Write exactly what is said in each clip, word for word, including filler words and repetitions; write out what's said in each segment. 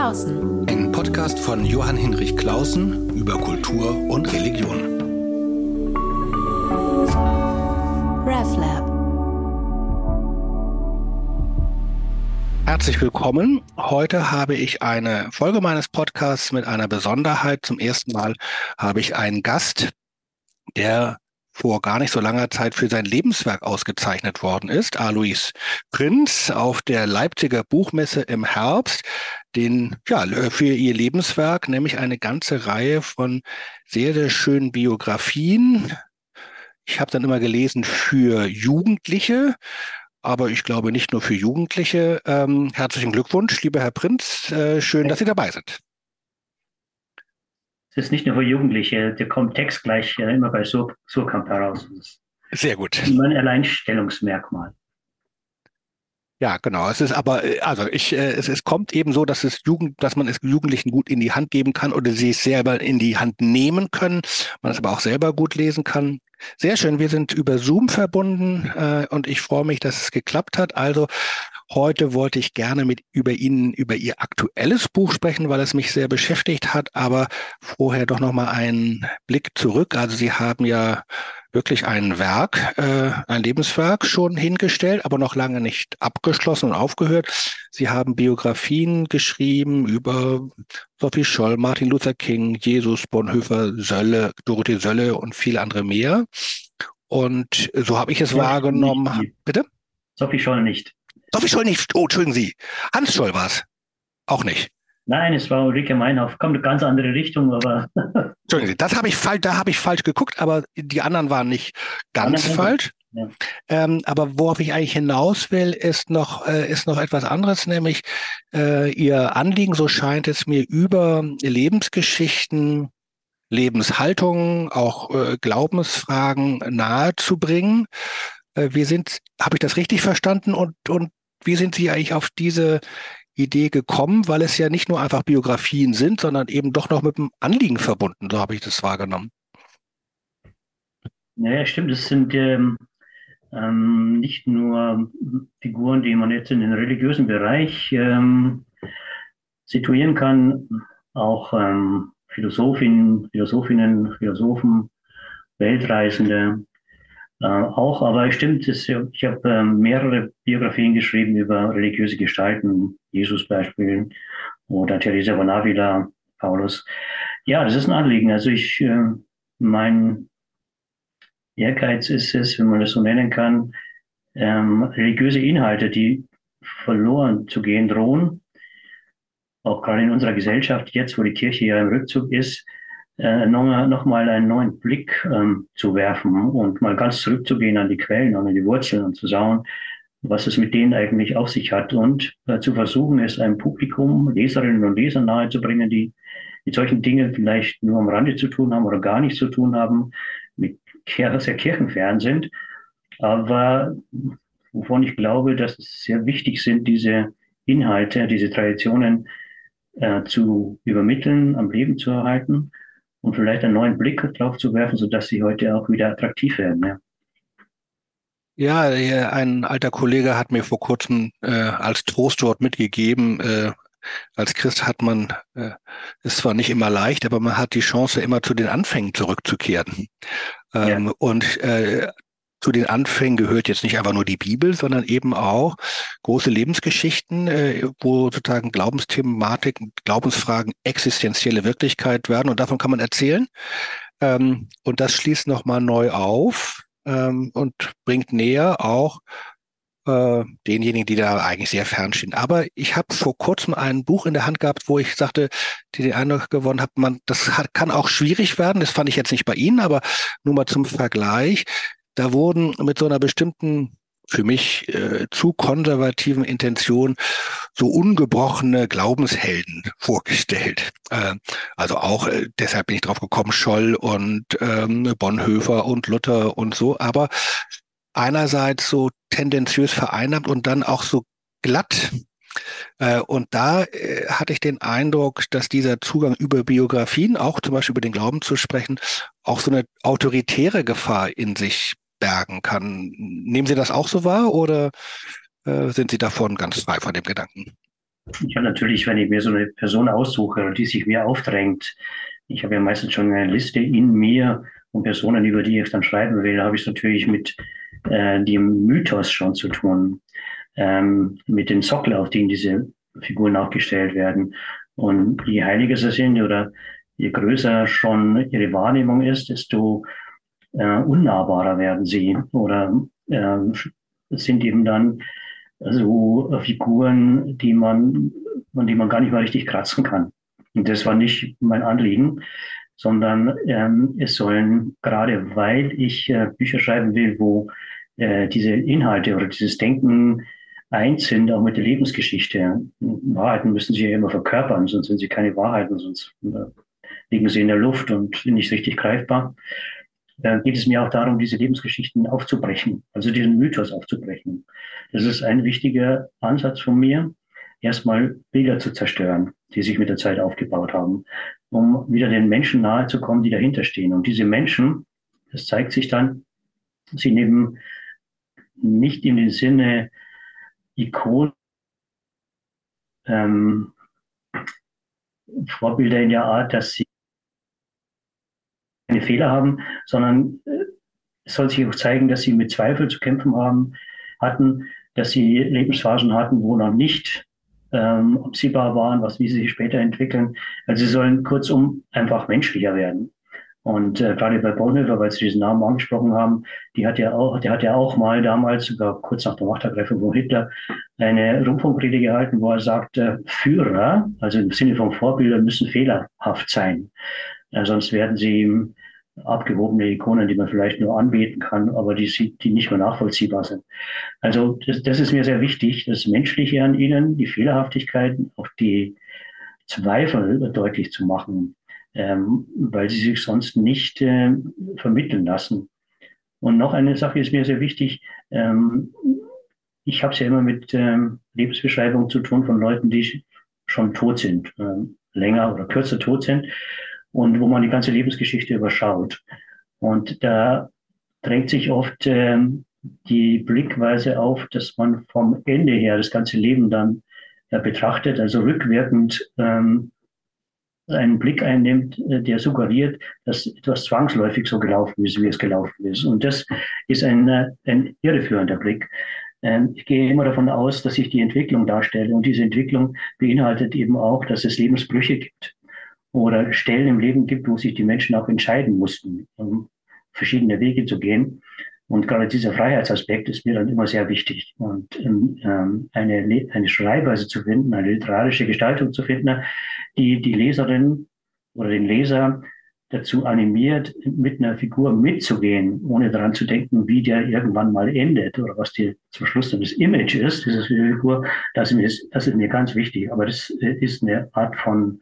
Klausen. Ein Podcast von Johann Hinrich Clausen über Kultur und Religion. RevLab. Herzlich willkommen. Heute habe ich eine Folge meines Podcasts mit einer Besonderheit. Zum ersten Mal habe ich einen Gast, der vor gar nicht so langer Zeit für sein Lebenswerk ausgezeichnet worden ist, Alois Prinz, auf der Leipziger Buchmesse im Herbst, den ja für ihr Lebenswerk, nämlich eine ganze Reihe von sehr, sehr schönen Biografien. Ich habe dann immer gelesen für Jugendliche, aber ich glaube nicht nur für Jugendliche. Ähm, herzlichen Glückwunsch, lieber Herr Prinz. Äh, schön, dass Sie dabei sind. Es ist nicht nur für Jugendliche, der kommt Text gleich äh, immer bei Sur Surkamp heraus. Das ist Sehr gut. immer ein Alleinstellungsmerkmal. Ja, genau. Es ist aber, also ich, äh, es, es kommt eben so, dass es Jugend, dass man es Jugendlichen gut in die Hand geben kann oder sie es selber in die Hand nehmen können, man es aber auch selber gut lesen kann. Sehr schön. Wir sind über Zoom verbunden äh, und ich freue mich, dass es geklappt hat. Also heute wollte ich gerne mit über Ihnen über Ihr aktuelles Buch sprechen, weil es mich sehr beschäftigt hat. Aber vorher doch noch mal einen Blick zurück. Also Sie haben ja wirklich ein Werk, äh, ein Lebenswerk schon hingestellt, aber noch lange nicht abgeschlossen und aufgehört. Sie haben Biografien geschrieben über Sophie Scholl, Martin Luther King, Jesus, Bonhoeffer, Sölle, Dorothee Sölle und viele andere mehr. Und so habe ich es Sophie wahrgenommen. nicht. Bitte? Sophie Scholl nicht. Sophie Scholl nicht. Oh, entschuldigen Sie. Hans Scholl war es. Auch nicht. Nein, es war Ulrike Meinhof. Kommt eine ganz andere Richtung, aber. Entschuldigen Sie, das habe ich falsch, da habe ich falsch geguckt, aber die anderen waren nicht ganz falsch. Ja. Ähm, aber worauf ich eigentlich hinaus will, ist noch, äh, ist noch etwas anderes, nämlich äh, Ihr Anliegen, so scheint es mir, über Lebensgeschichten, Lebenshaltungen, auch äh, Glaubensfragen nahezubringen. Äh, wir sind, habe ich das richtig verstanden? Und, und wie sind Sie eigentlich auf diese Idee gekommen, weil es ja nicht nur einfach Biografien sind, sondern eben doch noch mit dem Anliegen verbunden, so habe ich das wahrgenommen. Naja, stimmt. Es sind ähm, ähm, nicht nur Figuren, die man jetzt in den religiösen Bereich ähm, situieren kann, auch ähm, Philosophinnen, Philosophinnen, Philosophen, Weltreisende. Äh, auch, aber es stimmt, es, ich habe äh, mehrere Biografien geschrieben über religiöse Gestalten, Jesus Beispiel oder Teresa von Avila, Paulus. Ja, das ist ein Anliegen. Also ich, äh, mein Ehrgeiz ist es, wenn man das so nennen kann, ähm, religiöse Inhalte, die verloren zu gehen drohen, auch gerade in unserer Gesellschaft jetzt, wo die Kirche ja im Rückzug ist, äh, noch, noch mal einen neuen Blick ähm, zu werfen und mal ganz zurückzugehen an die Quellen, an die Wurzeln und zu schauen, was es mit denen eigentlich auf sich hat und äh, zu versuchen, es einem Publikum, Leserinnen und Lesern nahezubringen, die mit solchen Dingen vielleicht nur am Rande zu tun haben oder gar nichts zu tun haben, mit sehr kirchenfern sind, aber wovon ich glaube, dass es sehr wichtig sind, diese Inhalte, diese Traditionen äh, zu übermitteln, am Leben zu erhalten und vielleicht einen neuen Blick drauf zu werfen, sodass sie heute auch wieder attraktiv werden. Ja. Ja, ein alter Kollege hat mir vor kurzem äh, als Trostwort mitgegeben, äh, als Christ hat man, äh, ist zwar nicht immer leicht, aber man hat die Chance, immer zu den Anfängen zurückzukehren. Ähm, Ja. Und äh, zu den Anfängen gehört jetzt nicht einfach nur die Bibel, sondern eben auch große Lebensgeschichten, äh, wo sozusagen Glaubensthematik, Glaubensfragen existenzielle Wirklichkeit werden. Und davon kann man erzählen. Ähm, und das schließt nochmal neu auf ähm, und bringt näher auch äh, denjenigen, die da eigentlich sehr fernstehen. Aber ich habe vor kurzem ein Buch in der Hand gehabt, wo ich sagte, die den Eindruck gewonnen habe, man, das hat, kann auch schwierig werden. Das fand ich jetzt nicht bei Ihnen, aber nur mal zum Vergleich. Da wurden mit so einer bestimmten, für mich äh, zu konservativen Intention so ungebrochene Glaubenshelden vorgestellt. Äh, also auch, äh, deshalb bin ich drauf gekommen, Scholl und ähm, Bonhoeffer und Luther und so, aber einerseits so tendenziös vereinnahmt und dann auch so glatt. Äh, und da äh, hatte ich den Eindruck, dass dieser Zugang über Biografien, auch zum Beispiel über den Glauben zu sprechen, auch so eine autoritäre Gefahr in sich bergen kann. Nehmen Sie das auch so wahr oder äh, sind Sie davon ganz frei von dem Gedanken? Ich habe natürlich, wenn ich mir so eine Person aussuche, die sich mir aufdrängt, ich habe ja meistens schon eine Liste in mir und Personen, über die ich dann schreiben will, habe ich es natürlich mit äh, dem Mythos schon zu tun, ähm, mit dem Sockel, auf den diese Figuren aufgestellt werden. Und je heiliger sie sind oder je größer schon ihre Wahrnehmung ist, desto äh, unnahbarer werden sie oder äh, sind eben dann so Figuren, die man, an die man gar nicht mal richtig kratzen kann. Und das war nicht mein Anliegen, sondern ähm, es sollen, gerade weil ich äh, Bücher schreiben will, wo äh, diese Inhalte oder dieses Denken eins sind, auch mit der Lebensgeschichte. Wahrheiten müssen sie ja immer verkörpern, sonst sind sie keine Wahrheiten, sonst äh, liegen sie in der Luft und nicht richtig greifbar. Da geht es mir auch darum, diese Lebensgeschichten aufzubrechen, also diesen Mythos aufzubrechen. Das ist ein wichtiger Ansatz von mir, erstmal Bilder zu zerstören, die sich mit der Zeit aufgebaut haben, um wieder den Menschen nahe zu kommen, die dahinter stehen. Und diese Menschen, das zeigt sich dann, sie nehmen nicht in den Sinne Ikonen, ähm, Vorbilder in der Art, dass sie keine Fehler haben, sondern äh, es soll sich auch zeigen, dass sie mit Zweifel zu kämpfen haben, hatten, dass sie Lebensphasen hatten, wo noch nicht ähm, absehbar waren, was, wie sie sich später entwickeln. Also sie sollen kurzum einfach menschlicher werden. Und äh, gerade bei Bonhoeffer, weil Sie diesen Namen angesprochen haben, die hat ja auch, der hat ja auch mal damals, sogar kurz nach der Machtergreifung von Hitler, eine Rundfunkrede gehalten, wo er sagte, Führer, also im Sinne von Vorbilder, müssen fehlerhaft sein. Äh, sonst werden sie abgehobene Ikonen, die man vielleicht nur anbeten kann, aber die, die nicht mehr nachvollziehbar sind. Also das, das ist mir sehr wichtig, das Menschliche an ihnen, die Fehlerhaftigkeiten, auch die Zweifel deutlich zu machen, ähm, weil sie sich sonst nicht äh, vermitteln lassen. Und noch eine Sache ist mir sehr wichtig. Ähm, ich habe es ja immer mit ähm, Lebensbeschreibungen zu tun von Leuten, die schon tot sind, ähm, länger oder kürzer tot sind und wo man die ganze Lebensgeschichte überschaut. Und da drängt sich oft ähm, die Blickweise auf, dass man vom Ende her das ganze Leben dann ja, betrachtet, also rückwirkend ähm, einen Blick einnimmt, äh, der suggeriert, dass etwas zwangsläufig so gelaufen ist, wie es gelaufen ist. Und das ist ein, äh, ein irreführender Blick. Ähm, ich gehe immer davon aus, dass ich die Entwicklung darstelle. Und diese Entwicklung beinhaltet eben auch, dass es Lebensbrüche gibt oder Stellen im Leben gibt, wo sich die Menschen auch entscheiden mussten, um verschiedene Wege zu gehen. Und gerade dieser Freiheitsaspekt ist mir dann immer sehr wichtig. Und ähm, eine, eine Schreibweise zu finden, eine literarische Gestaltung zu finden, die die Leserin oder den Leser dazu animiert, mit einer Figur mitzugehen, ohne daran zu denken, wie der irgendwann mal endet oder was die, zum Schluss dann das Image ist, diese Figur, das ist, das ist mir ganz wichtig. Aber das ist eine Art von,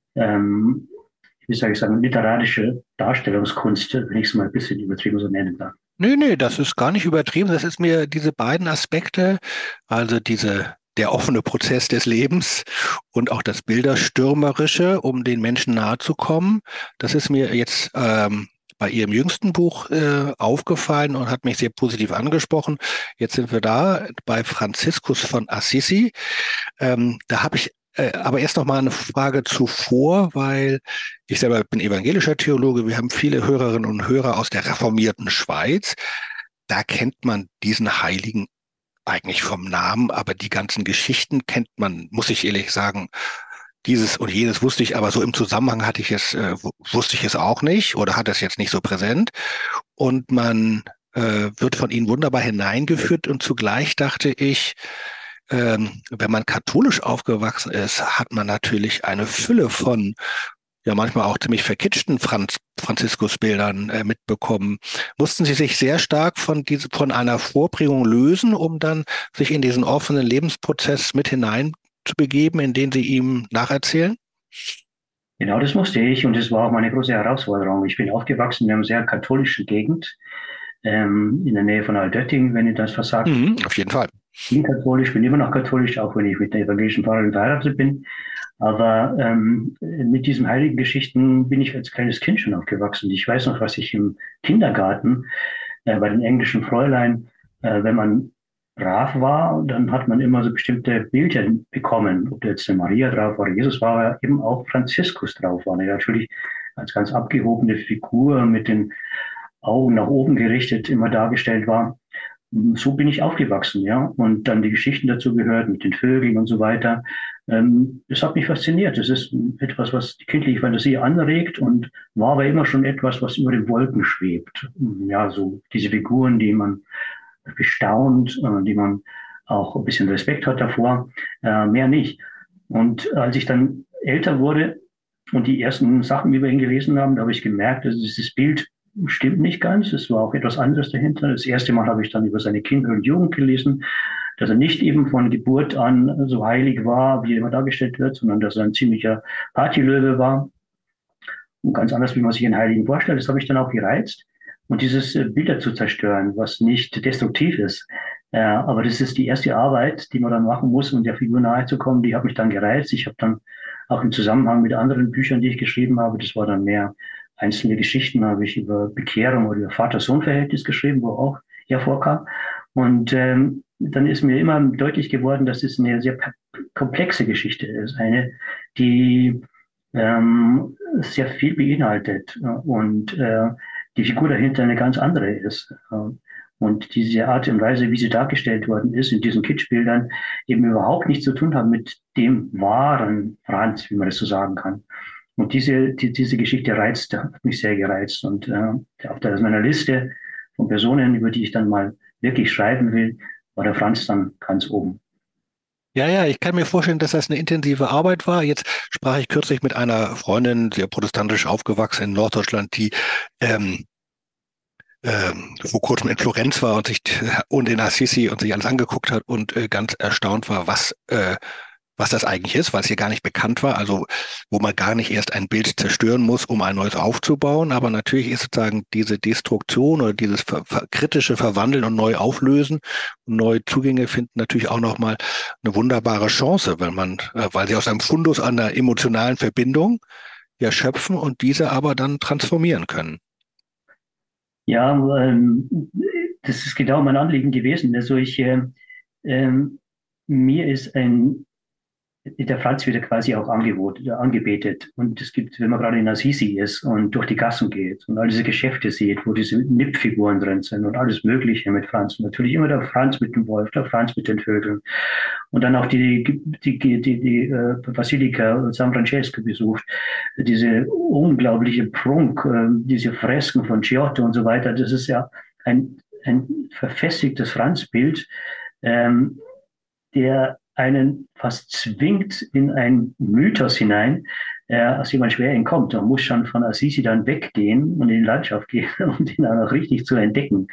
ähm, wie soll ich sagen, literarische Darstellungskunst, wenn ich es mal ein bisschen übertrieben so nennen darf. Nee, nee, das ist gar nicht übertrieben. Das ist mir diese beiden Aspekte, also diese, der offene Prozess des Lebens und auch das Bilderstürmerische, um den Menschen nahe zu kommen. Das ist mir jetzt ähm, bei Ihrem jüngsten Buch äh, aufgefallen und hat mich sehr positiv angesprochen. Jetzt sind wir da bei Franziskus von Assisi. Ähm, da habe ich äh, aber erst noch mal eine Frage zuvor, weil ich selber bin evangelischer Theologe. Wir haben viele Hörerinnen und Hörer aus der reformierten Schweiz. Da kennt man diesen Heiligen eigentlich vom Namen, aber die ganzen Geschichten kennt man, muss ich ehrlich sagen, dieses und jenes wusste ich, aber so im Zusammenhang hatte ich es, äh, wusste ich es auch nicht oder hatte es jetzt nicht so präsent. Und man äh, wird von ihnen wunderbar hineingeführt und zugleich dachte ich, ähm, wenn man katholisch aufgewachsen ist, hat man natürlich eine Fülle von ja manchmal auch ziemlich verkitschten Franz Franziskusbildern äh, mitbekommen. Mussten Sie sich sehr stark von diese, von einer Vorbringung lösen, um dann sich in diesen offenen Lebensprozess mit hineinzubegeben, in den Sie ihm nacherzählen? Genau, das musste ich und das war auch meine große Herausforderung. Ich bin aufgewachsen in einer sehr katholischen Gegend, ähm, in der Nähe von Altötting, wenn ihr das versagt. Mhm, auf jeden Fall. Ich bin katholisch, bin immer noch katholisch, auch wenn ich mit der evangelischen Pfarrerin verheiratet bin. Aber ähm, mit diesen heiligen Geschichten bin ich als kleines Kind schon aufgewachsen. Ich weiß noch, was ich im Kindergarten äh, bei den englischen Fräulein, äh, wenn man brav war, dann hat man immer so bestimmte Bilder bekommen. Ob da jetzt eine Maria drauf war, Jesus war, ja eben auch Franziskus drauf war. Er natürlich als ganz abgehobene Figur mit den Augen nach oben gerichtet immer dargestellt war. So bin ich aufgewachsen, ja. Und dann die Geschichten dazu gehört mit den Vögeln und so weiter. Ähm, das hat mich fasziniert. Das ist etwas, was die kindliche Fantasie anregt und war aber immer schon etwas, was über den Wolken schwebt. Ja, so diese Figuren, die man bestaunt, äh, die man auch ein bisschen Respekt hat davor, äh, mehr nicht. Und als ich dann älter wurde und die ersten Sachen über ihn gelesen haben, da habe ich gemerkt, dass dieses Bild stimmt nicht ganz. Es war auch etwas anderes dahinter. Das erste Mal habe ich dann über seine Kindheit und Jugend gelesen, dass er nicht eben von Geburt an so heilig war, wie er immer dargestellt wird, sondern dass er ein ziemlicher Partylöwe war und ganz anders, wie man sich einen Heiligen vorstellt. Das habe ich dann auch gereizt. Und dieses äh, Bilder zu zerstören, was nicht destruktiv ist. Äh, aber das ist die erste Arbeit, die man dann machen muss, um der Figur nahe zu kommen. Die hat mich dann gereizt. Ich habe dann auch im Zusammenhang mit anderen Büchern, die ich geschrieben habe, das war dann mehr einzelne Geschichten, habe ich über Bekehrung oder über Vater-Sohn-Verhältnis geschrieben, wo auch hervorkam. Und ähm, dann ist mir immer deutlich geworden, dass es eine sehr komplexe Geschichte ist. Eine, die ähm, sehr viel beinhaltet und äh, die Figur dahinter eine ganz andere ist. Und diese Art und Weise, wie sie dargestellt worden ist in diesen Kitschbildern, eben überhaupt nichts zu tun haben mit dem wahren Franz, wie man das so sagen kann. Und diese, die, diese Geschichte reizt, hat mich sehr gereizt. Und äh, auf der, meiner Liste von Personen, über die ich dann mal wirklich schreiben will, war der Franz dann ganz oben. Ja, ja, ich kann mir vorstellen, dass das eine intensive Arbeit war. Jetzt sprach ich kürzlich mit einer Freundin, sehr protestantisch aufgewachsen in Norddeutschland, die ähm, ähm, vor kurzem in Florenz war und sich und in Assisi und sich alles angeguckt hat und äh, ganz erstaunt war, was äh, was das eigentlich ist, weil es ihr gar nicht bekannt war. Also wo man gar nicht erst ein Bild zerstören muss, um ein neues aufzubauen. Aber natürlich ist sozusagen diese Destruktion oder dieses ver ver kritische Verwandeln und neu auflösen und neue Zugänge finden natürlich auch nochmal eine wunderbare Chance, wenn man, äh, weil sie aus einem Fundus an einer emotionalen Verbindung ja schöpfen und diese aber dann transformieren können. Ja, ähm, das ist genau mein Anliegen gewesen. Also ich, äh, ähm, mir ist ein der Franz wird ja quasi auch angebot, angebetet. Und es gibt, wenn man gerade in Assisi ist und durch die Gassen geht und all diese Geschäfte sieht, wo diese Nippfiguren drin sind und alles Mögliche mit Franz. Und natürlich immer der Franz mit dem Wolf, der Franz mit den Vögeln. Und dann auch die, die, die, die, die äh, Basilika San Francesco besucht. Diese unglaubliche Prunk, äh, diese Fresken von Giotto und so weiter. Das ist ja ein, ein verfestigtes Franzbild, ähm, der einen fast zwingt in einen Mythos hinein, äh, aus dem man schwer entkommt. Man muss schon von Assisi dann weggehen und in die Landschaft gehen, um den dann auch richtig zu entdecken.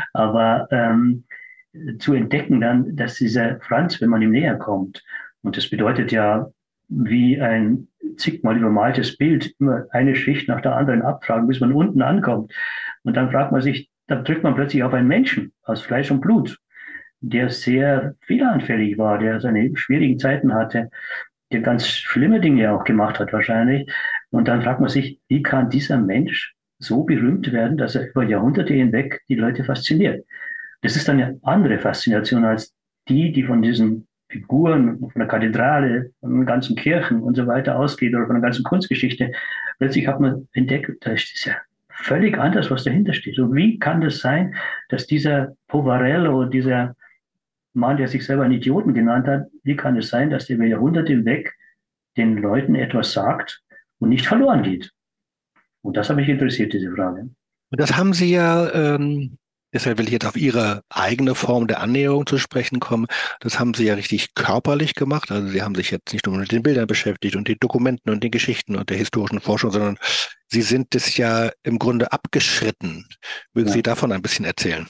Aber ähm, zu entdecken dann, dass dieser Franz, wenn man ihm näher kommt, und das bedeutet ja wie ein zigmal übermaltes Bild, immer eine Schicht nach der anderen abtragen, bis man unten ankommt. Und dann fragt man sich, dann trifft man plötzlich auf einen Menschen aus Fleisch und Blut, der sehr fehleranfällig war, der seine schwierigen Zeiten hatte, der ganz schlimme Dinge auch gemacht hat wahrscheinlich. Und dann fragt man sich, wie kann dieser Mensch so berühmt werden, dass er über Jahrhunderte hinweg die Leute fasziniert? Das ist dann eine andere Faszination als die, die von diesen Figuren, von der Kathedrale, von den ganzen Kirchen und so weiter ausgeht oder von der ganzen Kunstgeschichte. Plötzlich hat man entdeckt, da ist ja völlig anders, was dahinter steht. Und wie kann das sein, dass dieser Poverello, dieser Mann, der sich selber einen Idioten genannt hat, wie kann es sein, dass der über Jahrhunderte hinweg den Leuten etwas sagt und nicht verloren geht? Und das hat mich interessiert, diese Frage. Und das haben Sie ja, ähm, deshalb will ich jetzt auf Ihre eigene Form der Annäherung zu sprechen kommen. Das haben Sie ja richtig körperlich gemacht. Also Sie haben sich jetzt nicht nur mit den Bildern beschäftigt und den Dokumenten und den Geschichten und der historischen Forschung, sondern Sie sind es ja im Grunde abgeschritten. Mögen Sie Ja. davon ein bisschen erzählen?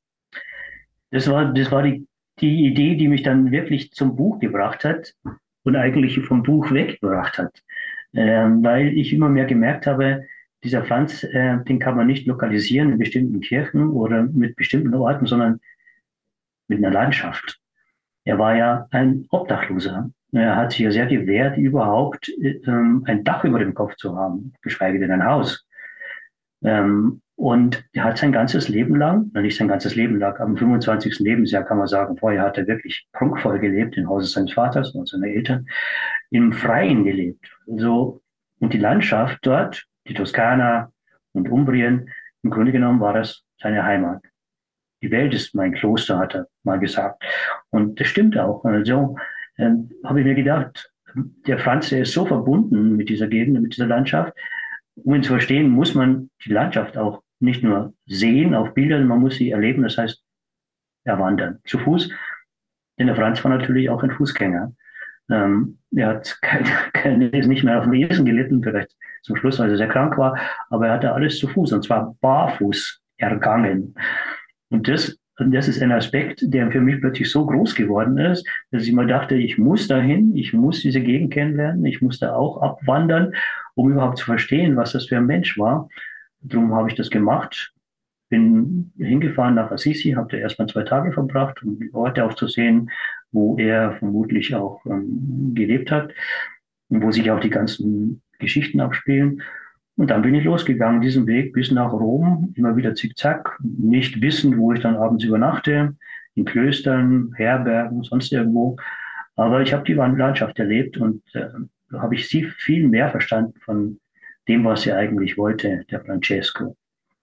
Das war, das war die, die Idee, die mich dann wirklich zum Buch gebracht hat und eigentlich vom Buch weggebracht hat. Ähm, weil ich immer mehr gemerkt habe, dieser Franz, äh, den kann man nicht lokalisieren in bestimmten Kirchen oder mit bestimmten Orten, sondern mit einer Landschaft. Er war ja ein Obdachloser. Er hat sich ja sehr gewehrt, überhaupt ähm, ein Dach über dem Kopf zu haben, geschweige denn ein Haus. Ähm, Und er hat sein ganzes Leben lang, na nicht sein ganzes Leben lang, am fünfundzwanzigsten Lebensjahr kann man sagen, vorher hat er wirklich prunkvoll gelebt, im Hause seines Vaters und seiner Eltern, im Freien gelebt. So, und die Landschaft dort, die Toskana und Umbrien, im Grunde genommen war das seine Heimat. Die Welt ist mein Kloster, hat er mal gesagt. Und das stimmt auch. Also äh, habe ich mir gedacht, der Franz, der ist so verbunden mit dieser Gegend, mit dieser Landschaft. Um ihn zu verstehen, muss man die Landschaft auch nicht nur sehen auf Bildern, man muss sie erleben, das heißt erwandern, zu Fuß. Denn der Franz war natürlich auch ein Fußgänger. Ähm, er hat kein, kein, ist nicht mehr auf dem Esel gelitten, vielleicht zum Schluss, als er sehr krank war, aber er hatte alles zu Fuß und zwar barfuß ergangen. Und das, und das ist ein Aspekt, der für mich plötzlich so groß geworden ist, dass ich mal dachte, ich muss dahin, ich muss diese Gegend kennenlernen, ich muss da auch abwandern, um überhaupt zu verstehen, was das für ein Mensch war. Darum habe ich das gemacht, bin hingefahren nach Assisi, habe da erstmal zwei Tage verbracht, um die Orte auch zu sehen, wo er vermutlich auch ähm, gelebt hat und wo sich auch die ganzen Geschichten abspielen. Und dann bin ich losgegangen, diesen Weg bis nach Rom, immer wieder zickzack, nicht wissend, wo ich dann abends übernachte, in Klöstern, Herbergen, sonst irgendwo. Aber ich habe die Landschaft erlebt und äh, da habe ich sie viel mehr verstanden von dem, was sie eigentlich wollte, der Francesco.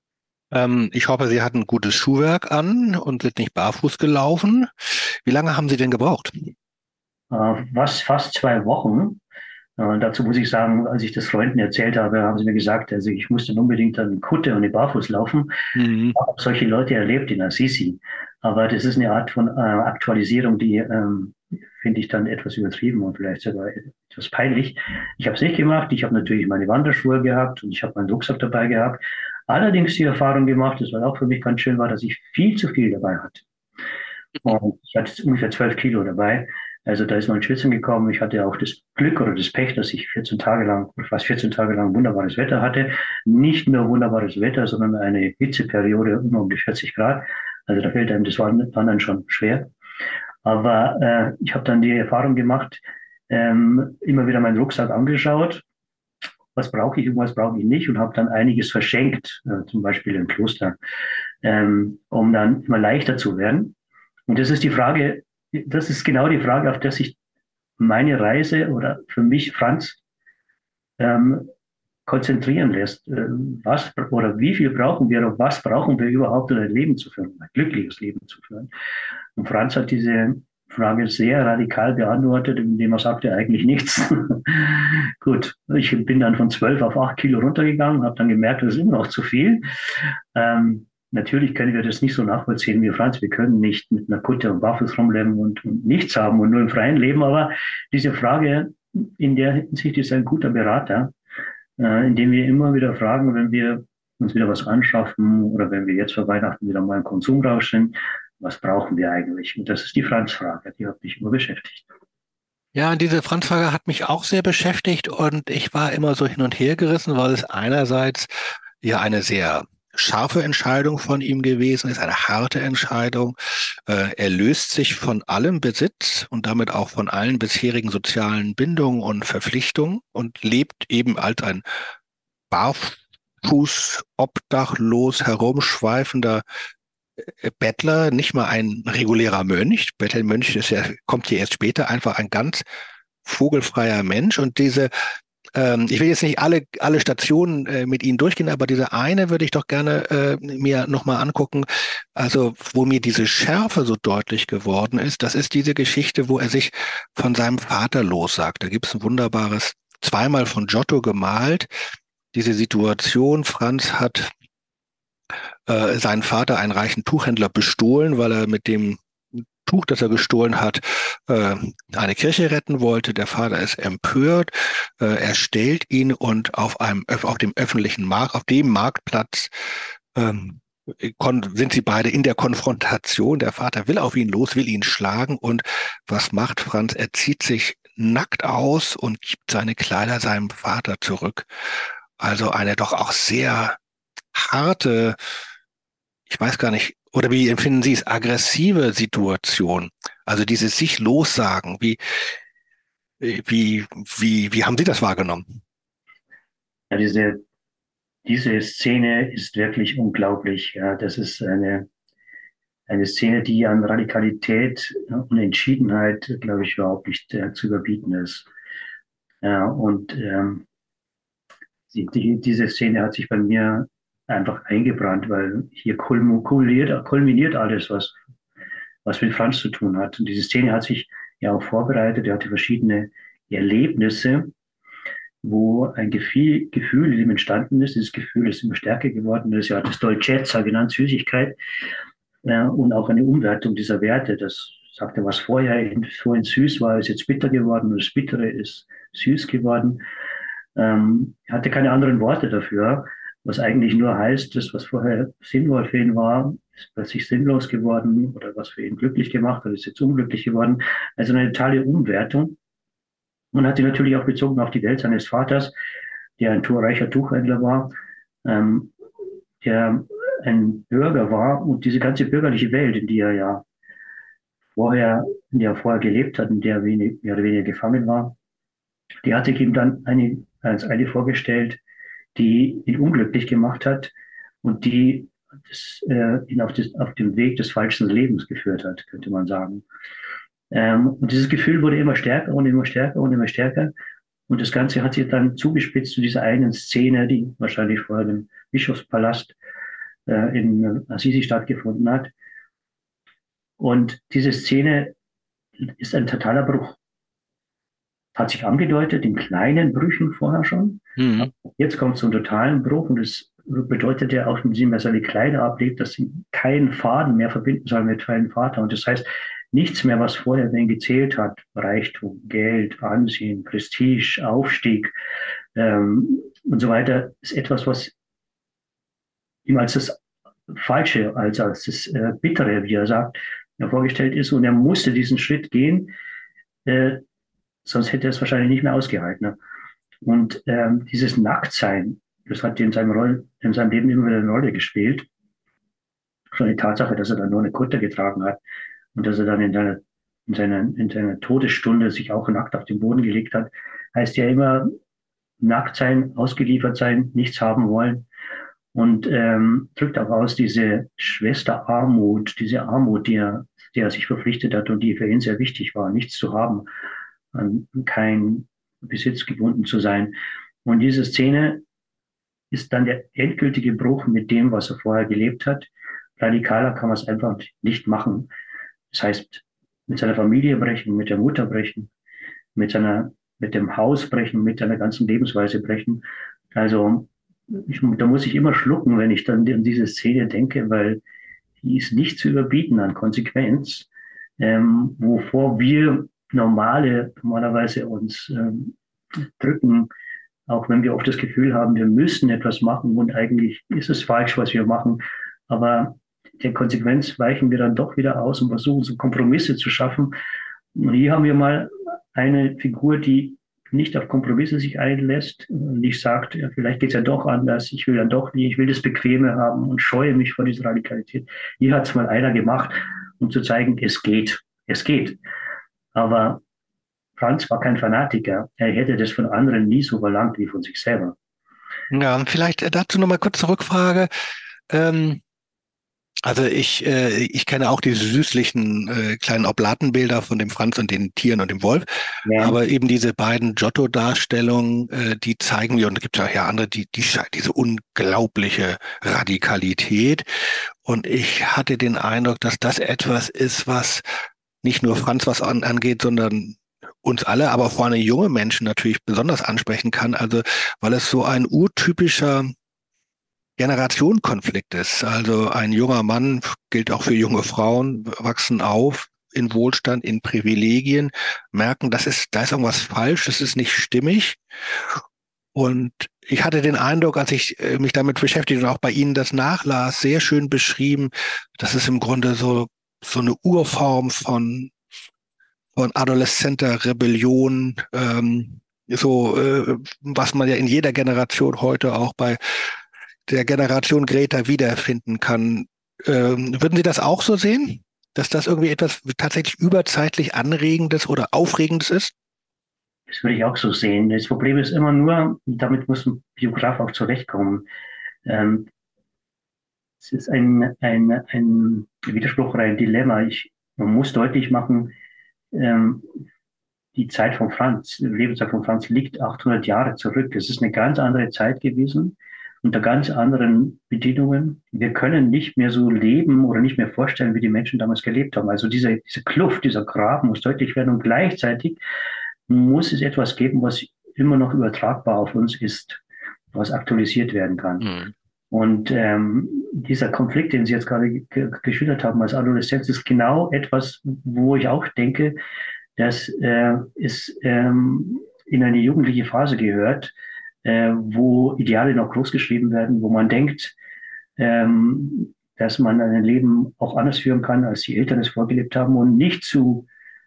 Ähm, ich hoffe, Sie hatten gutes Schuhwerk an und sind nicht barfuß gelaufen. Wie lange haben Sie denn gebraucht? Äh, was fast zwei Wochen. Und dazu muss ich sagen, als ich das Freunden erzählt habe, haben sie mir gesagt, also ich musste unbedingt dann Kutte und eine Barfuß laufen. Mhm. Ich habe solche Leute erlebt in Assisi. Aber das ist eine Art von äh, Aktualisierung, die ähm, finde ich dann etwas übertrieben und vielleicht sogar etwas peinlich. Ich habe es nicht gemacht. Ich habe natürlich meine Wanderschuhe gehabt und ich habe meinen Rucksack dabei gehabt. Allerdings die Erfahrung gemacht, das war auch für mich ganz schön, war, dass ich viel zu viel dabei hatte. Und ich hatte ungefähr zwölf Kilo dabei. Also da ist noch ein Schwitzen gekommen. Ich hatte auch das Glück oder das Pech, dass ich vierzehn Tage lang, fast vierzehn Tage lang wunderbares Wetter hatte. Nicht nur wunderbares Wetter, sondern eine Hitzeperiode immer um die vierzig Grad. Also da fällt einem das Wandern schon schwer. Aber äh, ich habe dann die Erfahrung gemacht, ähm, immer wieder meinen Rucksack angeschaut. Was brauche ich und was brauche ich nicht? Und habe dann einiges verschenkt, äh, zum Beispiel im Kloster, ähm, um dann immer leichter zu werden. Und das ist die Frage, das ist genau die Frage, auf der sich meine Reise oder für mich Franz ähm, konzentrieren lässt. Ähm, was oder wie viel brauchen wir und was brauchen wir überhaupt, um ein Leben zu führen, ein glückliches Leben zu führen? Und Franz hat diese Frage sehr radikal beantwortet, indem er sagte eigentlich nichts. Gut, ich bin dann von zwölf auf acht Kilo runtergegangen, habe dann gemerkt, das ist immer noch zu viel. Ähm, Natürlich können wir das nicht so nachvollziehen wie Franz. Wir können nicht mit einer Kutte und barfuß rumleben und, und nichts haben und nur im Freien leben. Aber diese Frage in der Hinsicht ist ein guter Berater, äh, indem wir immer wieder fragen, wenn wir uns wieder was anschaffen oder wenn wir jetzt vor Weihnachten wieder mal im Konsumrausch sind, was brauchen wir eigentlich? Und das ist die Franz-Frage, die hat mich immer beschäftigt. Ja, diese Franz-Frage hat mich auch sehr beschäftigt und ich war immer so hin und her gerissen, weil es einerseits ja eine sehr scharfe Entscheidung von ihm gewesen ist, eine harte Entscheidung. Äh, er löst sich von allem Besitz und damit auch von allen bisherigen sozialen Bindungen und Verpflichtungen und lebt eben als ein barfuß, obdachlos herumschweifender Bettler, nicht mal ein regulärer Mönch. Bettelmönch ist ja, kommt hier erst später, einfach ein ganz vogelfreier Mensch. Und diese, ähm, ich will jetzt nicht alle, alle Stationen äh, mit Ihnen durchgehen, aber diese eine würde ich doch gerne äh, mir nochmal angucken. Also, wo mir diese Schärfe so deutlich geworden ist, das ist diese Geschichte, wo er sich von seinem Vater lossagt. Da gibt es ein wunderbares, zweimal von Giotto gemalt. Diese Situation, Franz hat äh, seinen Vater, einen reichen Tuchhändler, bestohlen, weil er mit dem Tuch, das er gestohlen hat, äh, eine Kirche retten wollte. Der Vater ist empört, äh, er stellt ihn und auf einem auf dem öffentlichen Markt, auf dem Marktplatz ähm, sind sie beide in der Konfrontation. Der Vater will auf ihn los, will ihn schlagen und was macht Franz? Er zieht sich nackt aus und gibt seine Kleider seinem Vater zurück. Also eine doch auch sehr harte, ich weiß gar nicht, oder wie empfinden Sie es, aggressive Situation? Also dieses sich lossagen, wie, wie, wie, wie haben Sie das wahrgenommen? Ja, diese diese Szene ist wirklich unglaublich. Ja, das ist eine, eine Szene, die an Radikalität und Entschiedenheit, glaube ich, überhaupt nicht äh, zu überbieten ist. Ja, und ähm, die, die, diese Szene hat sich bei mir einfach eingebrannt, weil hier kulminiert, kulminiert alles, was, was mit Franz zu tun hat. Und diese Szene hat sich ja auch vorbereitet. Er hatte verschiedene Erlebnisse, wo ein Gefühl, Gefühl in ihm entstanden ist. Dieses Gefühl ist immer stärker geworden. Das ist ja das Dolcezza genannt, Süßigkeit, äh, und auch eine Umwertung dieser Werte. Das sagte, was vorher in, vorhin süß war, ist jetzt bitter geworden und das Bittere ist süß geworden. Ähm, er hatte keine anderen Worte dafür, was eigentlich nur heißt, das, was vorher sinnvoll für ihn war, ist plötzlich sinnlos geworden oder was für ihn glücklich gemacht hat, ist jetzt unglücklich geworden. Also eine totale Umwertung. Und hat sie natürlich auch bezogen auf die Welt seines Vaters, der ein reicher Tuchhändler war, ähm, der ein Bürger war und diese ganze bürgerliche Welt, in die er ja vorher, in der er vorher gelebt hat, in der er wenig, mehr oder weniger gefangen war, die hat sich ihm dann eine, als eine vorgestellt, die ihn unglücklich gemacht hat und die das, äh, ihn auf, das, auf den Weg des falschen Lebens geführt hat, könnte man sagen. Ähm, und dieses Gefühl wurde immer stärker und immer stärker und immer stärker. Und das Ganze hat sich dann zugespitzt zu dieser einen Szene, die wahrscheinlich vor dem Bischofspalast äh, in Assisi stattgefunden hat. Und diese Szene ist ein totaler Bruch. Hat sich angedeutet in kleinen Brüchen vorher schon. Mhm. Jetzt kommt es zum totalen Bruch und es bedeutet ja auch, indem er seine Kleider ablegt, dass sie keinen Faden mehr verbinden soll mit seinem Vater. Und das heißt, nichts mehr, was vorher denn gezählt hat, Reichtum, Geld, Ansehen, Prestige, Aufstieg ähm, und so weiter, ist etwas, was ihm als das Falsche, als, als das äh, Bittere, wie er sagt, ja, vorgestellt ist. Und er musste diesen Schritt gehen, äh, sonst hätte er es wahrscheinlich nicht mehr ausgehalten. Ne? Und ähm, dieses Nacktsein, das hat in seinem, Roll, in seinem Leben immer wieder eine Rolle gespielt. Schon die Tatsache, dass er dann nur eine Kutte getragen hat und dass er dann in seiner, in seiner, in seiner Todesstunde sich auch nackt auf den Boden gelegt hat, heißt ja immer nackt sein, ausgeliefert sein, nichts haben wollen. Und ähm, drückt auch aus diese Schwesterarmut, diese Armut, die er, die er sich verpflichtet hat und die für ihn sehr wichtig war, nichts zu haben, an kein Besitz gebunden zu sein. Und diese Szene ist dann der endgültige Bruch mit dem, was er vorher gelebt hat. Radikaler kann man es einfach nicht machen. Das heißt, mit seiner Familie brechen, mit der Mutter brechen, mit seiner, mit dem Haus brechen, mit seiner ganzen Lebensweise brechen. Also, ich, da muss ich immer schlucken, wenn ich dann an diese Szene denke, weil die ist nicht zu überbieten an Konsequenz, ähm, wovor wir normale normalerweise uns ähm, drücken, auch wenn wir oft das Gefühl haben, wir müssen etwas machen und eigentlich ist es falsch, was wir machen. Aber der Konsequenz weichen wir dann doch wieder aus und versuchen so Kompromisse zu schaffen. Und hier haben wir mal eine Figur, die nicht auf Kompromisse sich einlässt und nicht sagt, ja, vielleicht geht es ja doch anders, ich will ja doch nicht, ich will das Bequeme haben und scheue mich vor dieser Radikalität. Hier hat es mal einer gemacht, um zu zeigen, es geht, es geht. Aber Franz war kein Fanatiker. Er hätte das von anderen nie so verlangt wie von sich selber. Ja, und vielleicht äh, dazu nochmal kurz eine Rückfrage. Ähm, also ich, äh, ich kenne auch diese süßlichen äh, kleinen Oblatenbilder von dem Franz und den Tieren und dem Wolf, Ja, aber eben diese beiden Giotto-Darstellungen, äh, die zeigen mir, und es gibt ja auch ja andere, die, die diese unglaubliche Radikalität. Und ich hatte den Eindruck, dass das etwas ist, was nicht nur Franz was an, angeht, sondern uns alle, aber vor allem junge Menschen natürlich besonders ansprechen kann. Also weil es so ein urtypischer Generationenkonflikt ist. Also ein junger Mann, gilt auch für junge Frauen, wachsen auf in Wohlstand, in Privilegien, merken, das ist, da ist irgendwas falsch, das ist nicht stimmig. Und ich hatte den Eindruck, als ich äh, mich damit beschäftigt und auch bei Ihnen das nachlas, sehr schön beschrieben, das ist im Grunde so, so eine Urform von, von adoleszenter Rebellion, ähm, so, äh, was man ja in jeder Generation heute auch bei der Generation Greta wiederfinden kann. Ähm, würden Sie das auch so sehen, dass das irgendwie etwas tatsächlich überzeitlich Anregendes oder Aufregendes ist? das würde ich auch so sehen. Das Problem ist immer nur, damit muss ein Biograf auch zurechtkommen. Ähm, es ist ein, ein, ein Widerspruch oder ein Dilemma. Ich, man muss deutlich machen, ähm, die Zeit von Franz, die Lebenszeit von Franz liegt achthundert Jahre zurück. Es ist eine ganz andere Zeit gewesen, unter ganz anderen Bedingungen. Wir können nicht mehr so leben oder nicht mehr vorstellen, wie die Menschen damals gelebt haben. Also diese, diese Kluft, dieser Graben muss deutlich werden und gleichzeitig muss es etwas geben, was immer noch übertragbar auf uns ist, was aktualisiert werden kann. Mhm. Und ähm, dieser Konflikt, den Sie jetzt gerade ge geschildert haben als Adoleszenz, ist genau etwas, wo ich auch denke, dass äh, es ähm, in eine jugendliche Phase gehört, äh, wo Ideale noch großgeschrieben werden, wo man denkt, ähm, dass man ein Leben auch anders führen kann, als die Eltern es vorgelebt haben. Und nicht zu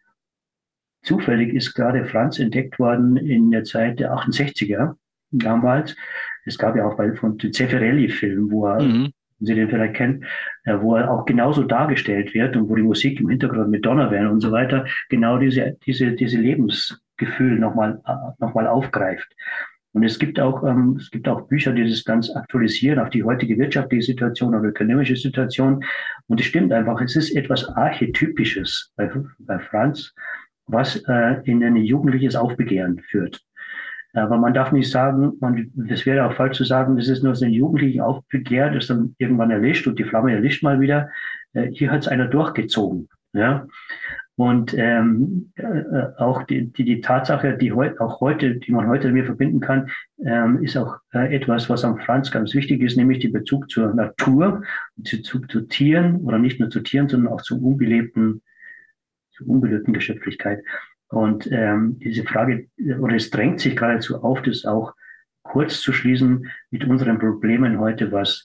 zufällig ist gerade Franz entdeckt worden in der Zeit der achtundsechziger damals. Es gab ja auch bei von den Zeffirelli-Film, wo er, Mhm. wenn Sie den vielleicht kennen, äh, wo er auch genauso dargestellt wird und wo die Musik im Hintergrund mit Donnerwellen und so weiter genau diese, diese, diese Lebensgefühl nochmal, äh, noch mal aufgreift. Und es gibt auch, ähm, es gibt auch Bücher, die das ganz aktualisieren auf die heutige wirtschaftliche Situation oder ökonomische Situation. Und es stimmt einfach, es ist etwas Archetypisches bei, bei Franz, was äh, in ein jugendliches Aufbegehren führt. Aber man darf nicht sagen, man, das wäre auch falsch zu sagen, das ist nur so ein jugendliches Aufbegehren, das dann irgendwann erlischt und die Flamme erlischt mal wieder. Äh, hier hat es einer durchgezogen. Ja? Und ähm, äh, auch die, die, die Tatsache, die heu, auch heute, die man heute damit verbinden kann, ähm, ist auch äh, etwas, was am Franz ganz wichtig ist, nämlich der Bezug zur Natur, Bezug zu Tieren oder nicht nur zu Tieren, sondern auch zum unbelebten, zur unbelebten Geschöpflichkeit. Und ähm, diese Frage, oder es drängt sich geradezu auf, das auch kurz zu schließen mit unseren Problemen heute, was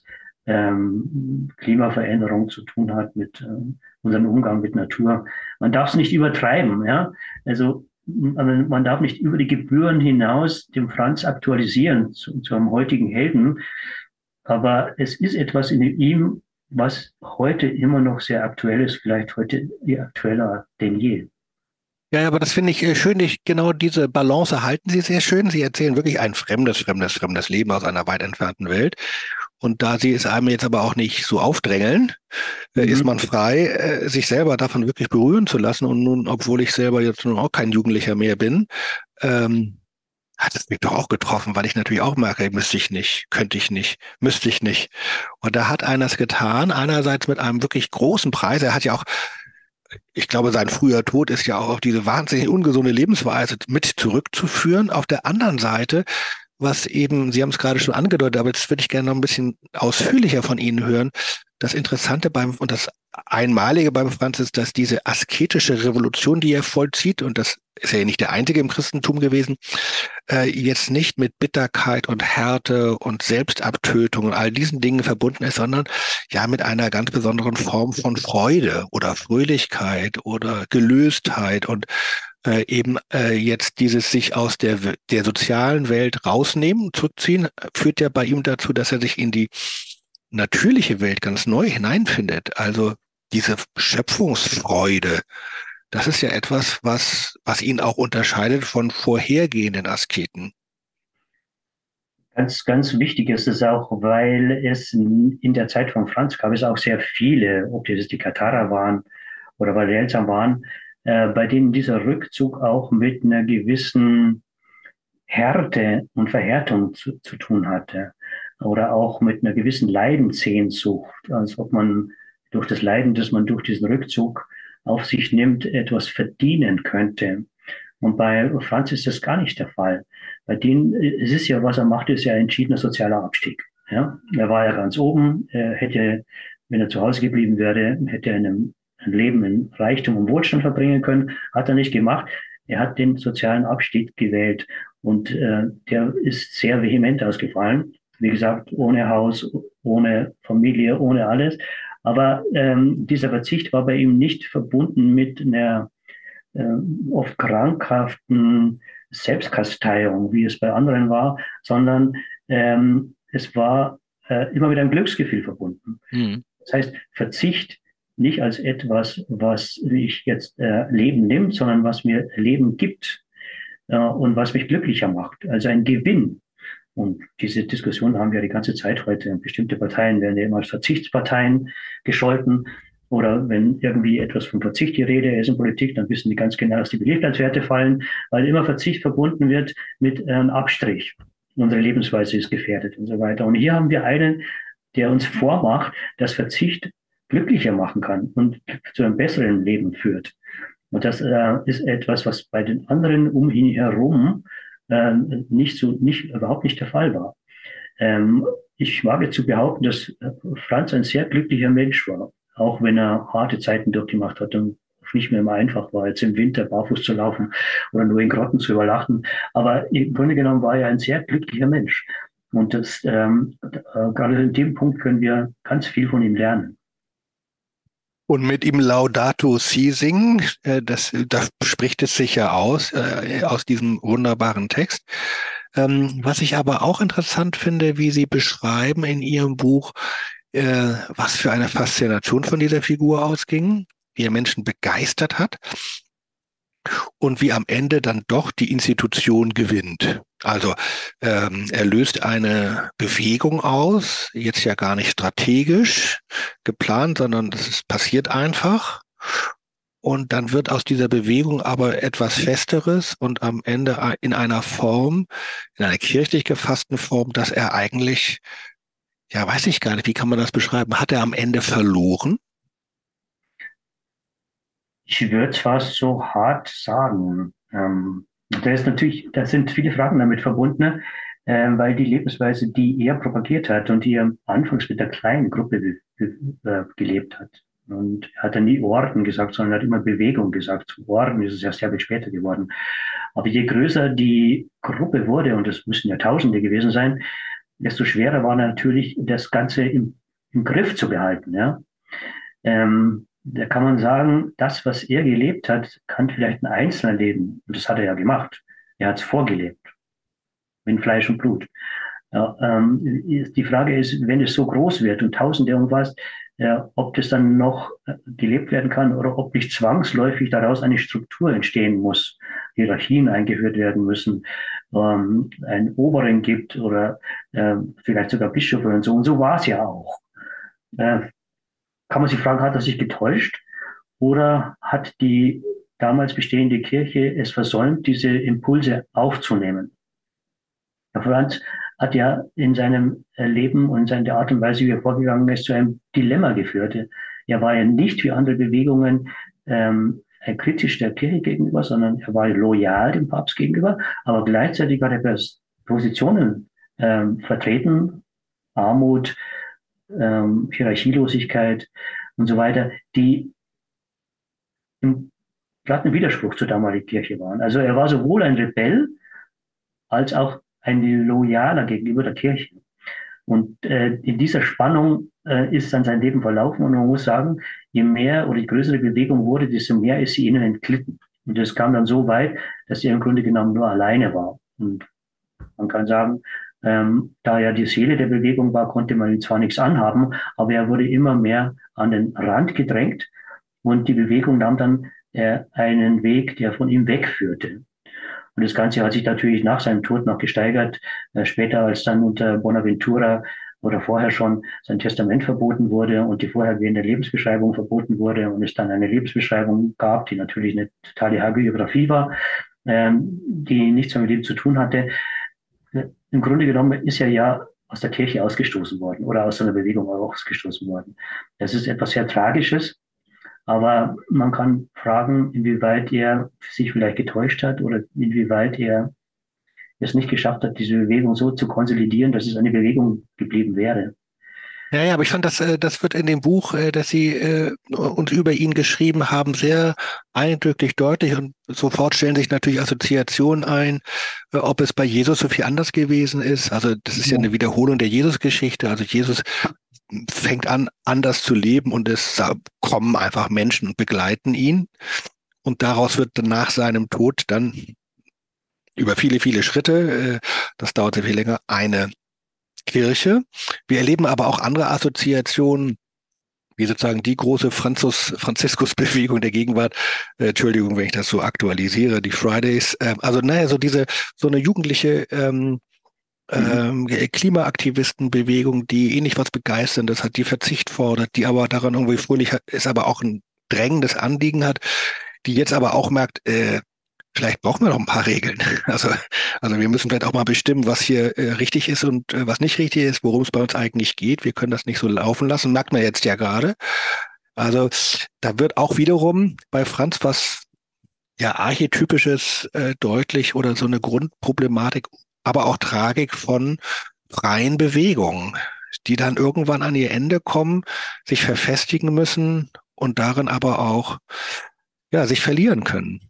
ähm, Klimaveränderung zu tun hat, mit ähm, unserem Umgang mit Natur. Man darf es nicht übertreiben, ja. Also man man darf nicht über die Gebühren hinaus den Franz aktualisieren zu, zu einem heutigen Helden. Aber es ist etwas in ihm, was heute immer noch sehr aktuell ist, vielleicht heute aktueller denn je. Ja, ja, aber das finde ich äh, schön. Ich, genau diese Balance erhalten Sie sehr schön. Sie erzählen wirklich ein fremdes, fremdes, fremdes Leben aus einer weit entfernten Welt. Und da Sie es einem jetzt aber auch nicht so aufdrängeln, äh, ist Mhm. man frei, äh, sich selber davon wirklich berühren zu lassen. Und nun, obwohl ich selber jetzt nun auch kein Jugendlicher mehr bin, ähm, hat es mich doch auch getroffen, weil ich natürlich auch merke, müsste ich nicht, könnte ich nicht, müsste ich nicht. Und da hat einer es getan, einerseits mit einem wirklich großen Preis. Er hat ja auch, ich glaube, sein früher Tod ist ja auch auf diese wahnsinnig ungesunde Lebensweise mit zurückzuführen. Auf der anderen Seite, was eben, Sie haben es gerade schon angedeutet, aber jetzt würde ich gerne noch ein bisschen ausführlicher von Ihnen hören. Das Interessante beim und das Einmalige beim Franz ist, dass diese asketische Revolution, die er vollzieht, und das ist er ja nicht der einzige im Christentum gewesen, äh, jetzt nicht mit Bitterkeit und Härte und Selbstabtötung und all diesen Dingen verbunden ist, sondern ja mit einer ganz besonderen Form von Freude oder Fröhlichkeit oder Gelöstheit und äh, eben äh, jetzt dieses sich aus der, der sozialen Welt rausnehmen, zurückziehen, äh, führt ja bei ihm dazu, dass er sich in die natürliche Welt ganz neu hineinfindet. Also diese Schöpfungsfreude, das ist ja etwas, was, was ihn auch unterscheidet von vorhergehenden Asketen. Ganz, ganz wichtig ist es auch, weil es in der Zeit von Franz gab es auch sehr viele, ob das die Katharer waren oder Valdelsa waren, äh, bei denen dieser Rückzug auch mit einer gewissen Härte und Verhärtung zu, zu tun hatte oder auch mit einer gewissen Leidenssehnsucht, als ob man durch das Leiden, das man durch diesen Rückzug auf sich nimmt, etwas verdienen könnte. Und bei Franz ist das gar nicht der Fall. Bei denen, es ist ja, was er macht, ist ja ein entschiedener sozialer Abstieg. Ja, er war ja ganz oben, er hätte, wenn er zu Hause geblieben wäre, hätte er ein, ein Leben in Reichtum und Wohlstand verbringen können, hat er nicht gemacht. Er hat den sozialen Abstieg gewählt und äh, der ist sehr vehement ausgefallen. Wie gesagt, ohne Haus, ohne Familie, ohne alles. Aber ähm, dieser Verzicht war bei ihm nicht verbunden mit einer äh, oft krankhaften Selbstkasteiung, wie es bei anderen war, sondern ähm, es war äh, immer mit einem Glücksgefühl verbunden. Hm. Das heißt, Verzicht nicht als etwas, was mich jetzt äh, Leben nimmt, sondern was mir Leben gibt äh, und was mich glücklicher macht. Also ein Gewinn. Und diese Diskussion haben wir die ganze Zeit heute. Bestimmte Parteien werden ja immer als Verzichtsparteien gescholten. Oder wenn irgendwie etwas von Verzicht die Rede ist in Politik, dann wissen die ganz genau, dass die Beliebtheitswerte fallen, weil immer Verzicht verbunden wird mit einem Abstrich. Unsere Lebensweise ist gefährdet und so weiter. Und hier haben wir einen, der uns vormacht, dass Verzicht glücklicher machen kann und zu einem besseren Leben führt. Und das äh, ist etwas, was bei den anderen um ihn herum äh, nicht so, nicht, überhaupt nicht der Fall war. Ähm, ich wage zu behaupten, dass Franz ein sehr glücklicher Mensch war, auch wenn er harte Zeiten durchgemacht hat und nicht mehr immer einfach war, jetzt im Winter barfuß zu laufen oder nur in Grotten zu übernachten. Aber im Grunde genommen war er ein sehr glücklicher Mensch. Und das, ähm, äh, gerade in dem Punkt können wir ganz viel von ihm lernen. Und mit ihm Laudato Si singen, äh, das, das spricht es sicher aus, äh, aus diesem wunderbaren Text. Ähm, was ich aber auch interessant finde, wie Sie beschreiben in Ihrem Buch, äh, was für eine Faszination von dieser Figur ausging, wie er Menschen begeistert hat und wie am Ende dann doch die Institution gewinnt. Also ähm, er löst eine Bewegung aus, jetzt ja gar nicht strategisch geplant, sondern das ist, passiert einfach. Und dann wird aus dieser Bewegung aber etwas Festeres und am Ende in einer Form, in einer kirchlich gefassten Form, dass er eigentlich, ja, weiß ich gar nicht, wie kann man das beschreiben, hat er am Ende verloren? Ich würde es fast so hart sagen. Ähm, da ist natürlich, da sind viele Fragen damit verbunden, äh, weil die Lebensweise, die er propagiert hat und die er anfangs mit der kleinen Gruppe be, be, äh, gelebt hat. Und er hat dann nie Orden gesagt, sondern er hat immer Bewegung gesagt. Zu Orden ist es erst sehr viel später geworden. Aber je größer die Gruppe wurde, und es müssen ja Tausende gewesen sein, desto schwerer war natürlich, das Ganze im, im Griff zu behalten. Ja? Ähm, da kann man sagen, das, was er gelebt hat, kann vielleicht ein Einzelner leben. Und das hat er ja gemacht. Er hat es vorgelebt. Mit Fleisch und Blut. Ja, ähm, die Frage ist, wenn es so groß wird und Tausende irgendwas, äh, ob das dann noch äh, gelebt werden kann oder ob nicht zwangsläufig daraus eine Struktur entstehen muss, Hierarchien eingeführt werden müssen, ähm, einen Oberen gibt oder äh, vielleicht sogar Bischöfe und so. Und so war es ja auch. Äh, kann man sich fragen, hat er sich getäuscht oder hat die damals bestehende Kirche es versäumt, diese Impulse aufzunehmen? Herr Franz hat ja in seinem Leben und in der Art und Weise, wie er vorgegangen ist, zu einem Dilemma geführt. Er war ja nicht wie andere Bewegungen ähm, kritisch der Kirche gegenüber, sondern er war loyal dem Papst gegenüber, aber gleichzeitig hat er Positionen ähm, vertreten, Armut, ähm, Hierarchielosigkeit und so weiter, die im glatten Widerspruch zur damaligen Kirche waren. Also er war sowohl ein Rebell als auch ein Loyaler gegenüber der Kirche. Und äh, in dieser Spannung äh, ist dann sein Leben verlaufen. Und man muss sagen, je mehr oder je größer die Bewegung wurde, desto mehr ist sie ihnen entglitten. Und es kam dann so weit, dass er im Grunde genommen nur alleine war. Und man kann sagen, ähm, da er die Seele der Bewegung war, konnte man ihm zwar nichts anhaben, aber er wurde immer mehr an den Rand gedrängt. Und die Bewegung nahm dann äh, einen Weg, der von ihm wegführte. Und das Ganze hat sich natürlich nach seinem Tod noch gesteigert. Äh, später, als dann unter Bonaventura oder vorher schon sein Testament verboten wurde und die vorhergehende Lebensbeschreibung verboten wurde und es dann eine Lebensbeschreibung gab, die natürlich eine totale Hagiografie war, ähm, die nichts mehr mit ihm zu tun hatte. Im Grunde genommen ist er ja aus der Kirche ausgestoßen worden oder aus seiner Bewegung ausgestoßen worden. Das ist etwas sehr Tragisches. Aber man kann fragen, inwieweit er sich vielleicht getäuscht hat oder inwieweit er es nicht geschafft hat, diese Bewegung so zu konsolidieren, dass es eine Bewegung geblieben wäre. Ja, ja, aber ich fand, das, äh, das wird in dem Buch, äh, das Sie äh, uns über ihn geschrieben haben, sehr eindrücklich deutlich und sofort stellen sich natürlich Assoziationen ein, äh, ob es bei Jesus so viel anders gewesen ist. Also das ist ja Ja. eine Wiederholung der Jesus-Geschichte. Also Jesus fängt an, anders zu leben und es kommen einfach Menschen und begleiten ihn. Und daraus wird dann nach seinem Tod dann über viele, viele Schritte, äh, das dauert sehr viel länger, eine Kirche. Wir erleben aber auch andere Assoziationen, wie sozusagen die große Franzus, Franziskus-Bewegung der Gegenwart. Äh, Entschuldigung, wenn ich das so aktualisiere, die Fridays. Äh, also naja, so diese, so eine jugendliche ähm, Mhm. ähm, Klimaaktivistenbewegung, die ähnlich was Begeisterndes hat, die Verzicht fordert, die aber daran irgendwie fröhlich hat, ist aber auch ein drängendes Anliegen hat, die jetzt aber auch merkt, äh, vielleicht brauchen wir noch ein paar Regeln. Also, also wir müssen vielleicht auch mal bestimmen, was hier äh, richtig ist und äh, was nicht richtig ist, worum es bei uns eigentlich geht. Wir können das nicht so laufen lassen, merkt man jetzt ja gerade. Also da wird auch wiederum bei Franz was ja Archetypisches äh, deutlich oder so eine Grundproblematik, aber auch Tragik von freien Bewegungen, die dann irgendwann an ihr Ende kommen, sich verfestigen müssen und darin aber auch ja sich verlieren können.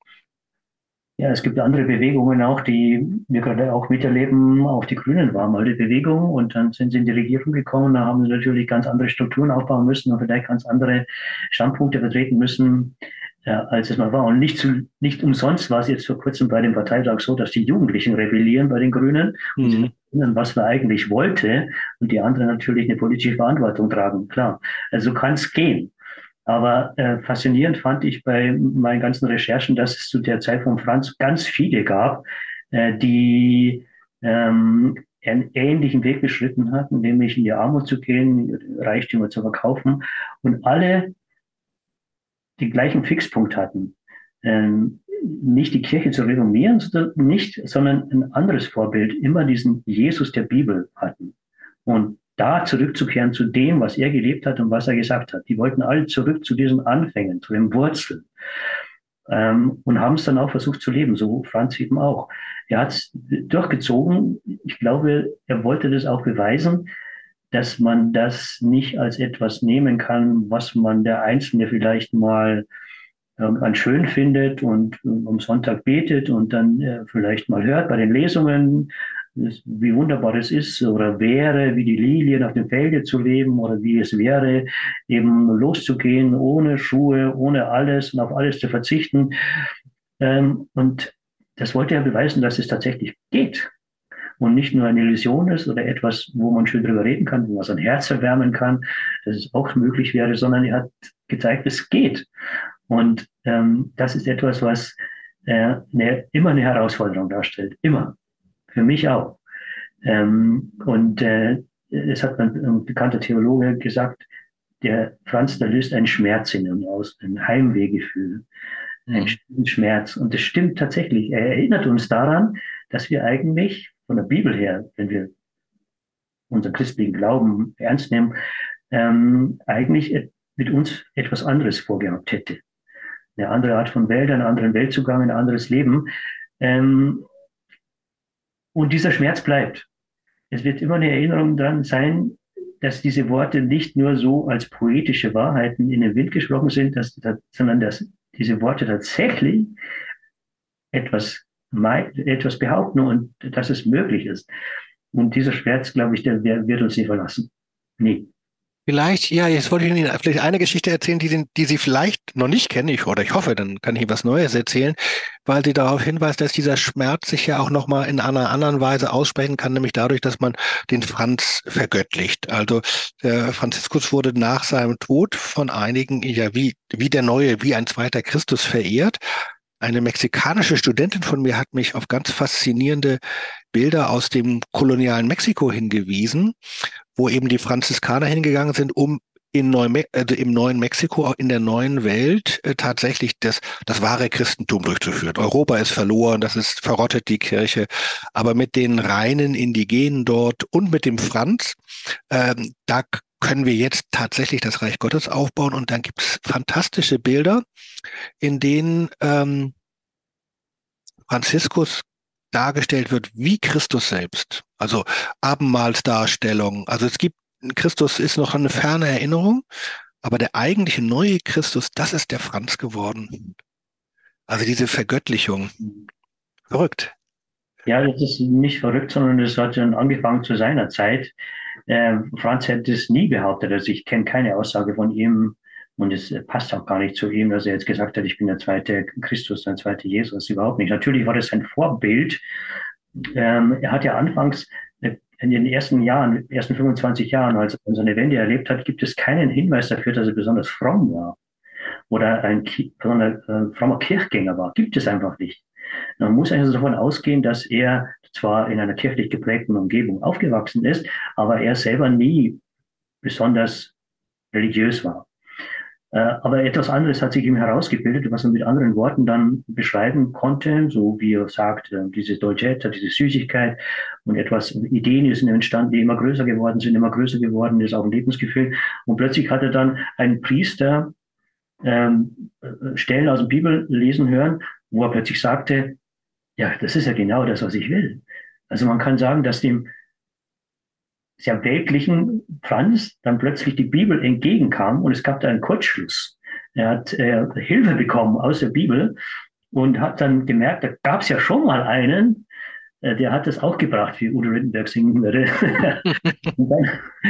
Ja, es gibt andere Bewegungen auch, die wir gerade auch miterleben. Auch die Grünen waren mal die Bewegung und dann sind sie in die Regierung gekommen. Da haben sie natürlich ganz andere Strukturen aufbauen müssen und vielleicht ganz andere Standpunkte vertreten müssen, äh, als es mal war. Und nicht, zu, nicht umsonst war es jetzt vor kurzem bei dem Parteitag so, dass die Jugendlichen rebellieren bei den Grünen und sich Mhm. erinnern, was man eigentlich wollte und die anderen natürlich eine politische Verantwortung tragen. Klar, also so kann es gehen. Aber äh, faszinierend fand ich bei meinen ganzen Recherchen, dass es zu der Zeit von Franz ganz viele gab, äh, die ähm, einen ähnlichen Weg beschritten hatten, nämlich in die Armut zu gehen, Reichtümer zu verkaufen und alle den gleichen Fixpunkt hatten. Ähm, nicht die Kirche zu reformieren, nicht, sondern ein anderes Vorbild, immer diesen Jesus der Bibel hatten. Und da zurückzukehren zu dem, was er gelebt hat und was er gesagt hat. Die wollten alle zurück zu diesen Anfängen, zu den Wurzeln. Ähm, und haben es dann auch versucht zu leben, so Franz eben auch. Er hat es durchgezogen. Ich glaube, er wollte das auch beweisen, dass man das nicht als etwas nehmen kann, was man der Einzelne vielleicht mal irgendwann schön findet und am Sonntag betet und dann äh, vielleicht mal hört bei den Lesungen, wie wunderbar es ist oder wäre, wie die Lilien auf dem Felde zu leben oder wie es wäre, eben loszugehen ohne Schuhe, ohne alles und auf alles zu verzichten. Ähm, und das wollte er beweisen, dass es tatsächlich geht und nicht nur eine Illusion ist oder etwas, wo man schön drüber reden kann, wo man sein Herz erwärmen kann, dass es auch möglich wäre, sondern er hat gezeigt, es geht. Und ähm, das ist etwas, was äh, eine, immer eine Herausforderung darstellt. Immer. Für mich auch. Ähm, und äh, es hat ein bekannter Theologe gesagt, der Franz, der löst einen Schmerz in uns aus, ein Heimwehgefühl, einen Mhm. Schmerz. Und das stimmt tatsächlich. Er erinnert uns daran, dass wir eigentlich von der Bibel her, wenn wir unseren christlichen Glauben ernst nehmen, ähm, eigentlich mit uns etwas anderes vorgehabt hätte. Eine andere Art von Welt, einen anderen Weltzugang, ein anderes Leben. Ähm, und dieser Schmerz bleibt. Es wird immer eine Erinnerung daran sein, dass diese Worte nicht nur so als poetische Wahrheiten in den Wind gesprochen sind, dass, sondern dass diese Worte tatsächlich etwas, etwas behaupten und dass es möglich ist. Und dieser Schmerz, glaube ich, der, der wird uns nie verlassen. Nie. Vielleicht, ja, jetzt wollte ich Ihnen vielleicht eine Geschichte erzählen, die, Sie- die Sie vielleicht noch nicht kennen, ich, oder ich hoffe, dann kann ich Ihnen was Neues erzählen, weil sie darauf hinweist, dass dieser Schmerz sich ja auch nochmal in einer anderen Weise aussprechen kann, nämlich dadurch, dass man den Franz vergöttlicht. Also der Franziskus wurde nach seinem Tod von einigen ja wie, wie der neue, wie ein zweiter Christus verehrt. Eine mexikanische Studentin von mir hat mich auf ganz faszinierende Bilder aus dem kolonialen Mexiko hingewiesen, wo eben die Franziskaner hingegangen sind, um in Neu also im neuen Mexiko, in der neuen Welt äh, tatsächlich das, das wahre Christentum durchzuführen. Europa ist verloren, das ist verrottet, die Kirche. Aber mit den reinen Indigenen dort und mit dem Franz, ähm, da können wir jetzt tatsächlich das Reich Gottes aufbauen. Und dann gibt es fantastische Bilder, in denen ähm, Franziskus dargestellt wird wie Christus selbst. Also Abendmahlsdarstellung. Also es gibt, Christus ist noch eine ferne Erinnerung, aber der eigentliche neue Christus, das ist der Franz geworden. Also diese Vergöttlichung. Verrückt. Ja, das ist nicht verrückt, sondern das hat schon angefangen zu seiner Zeit. Äh, Franz hätte es nie behauptet. Also ich kenne keine Aussage von ihm und es passt auch gar nicht zu ihm, dass er jetzt gesagt hat, ich bin der zweite Christus, der zweite Jesus. Überhaupt nicht. Natürlich war das sein Vorbild. Ähm, er hat ja anfangs äh, in den ersten Jahren, ersten fünfundzwanzig Jahren, als er seine Wende erlebt hat, gibt es keinen Hinweis dafür, dass er besonders fromm war oder ein besonders äh, frommer Kirchgänger war. Gibt es einfach nicht. Man muss also davon ausgehen, dass er zwar in einer kirchlich geprägten Umgebung aufgewachsen ist, aber er selber nie besonders religiös war. Aber etwas anderes hat sich ihm herausgebildet, was er mit anderen Worten dann beschreiben konnte, so wie er sagt, diese Dolcezza, diese Süßigkeit und etwas Ideen ist entstanden, die immer größer geworden sind, immer größer geworden ist, auch ein Lebensgefühl. Und plötzlich hat er dann einen Priester ähm, Stellen aus der Bibel lesen hören, wo er plötzlich sagte, ja, das ist ja genau das, was ich will. Also man kann sagen, dass dem sehr weltlichen Franz dann plötzlich die Bibel entgegenkam und es gab da einen Kurzschluss. Er hat äh, Hilfe bekommen aus der Bibel und hat dann gemerkt, da gab es ja schon mal einen, äh, der hat das auch gebracht, wie Udo Rittenberg singen würde. und, dann,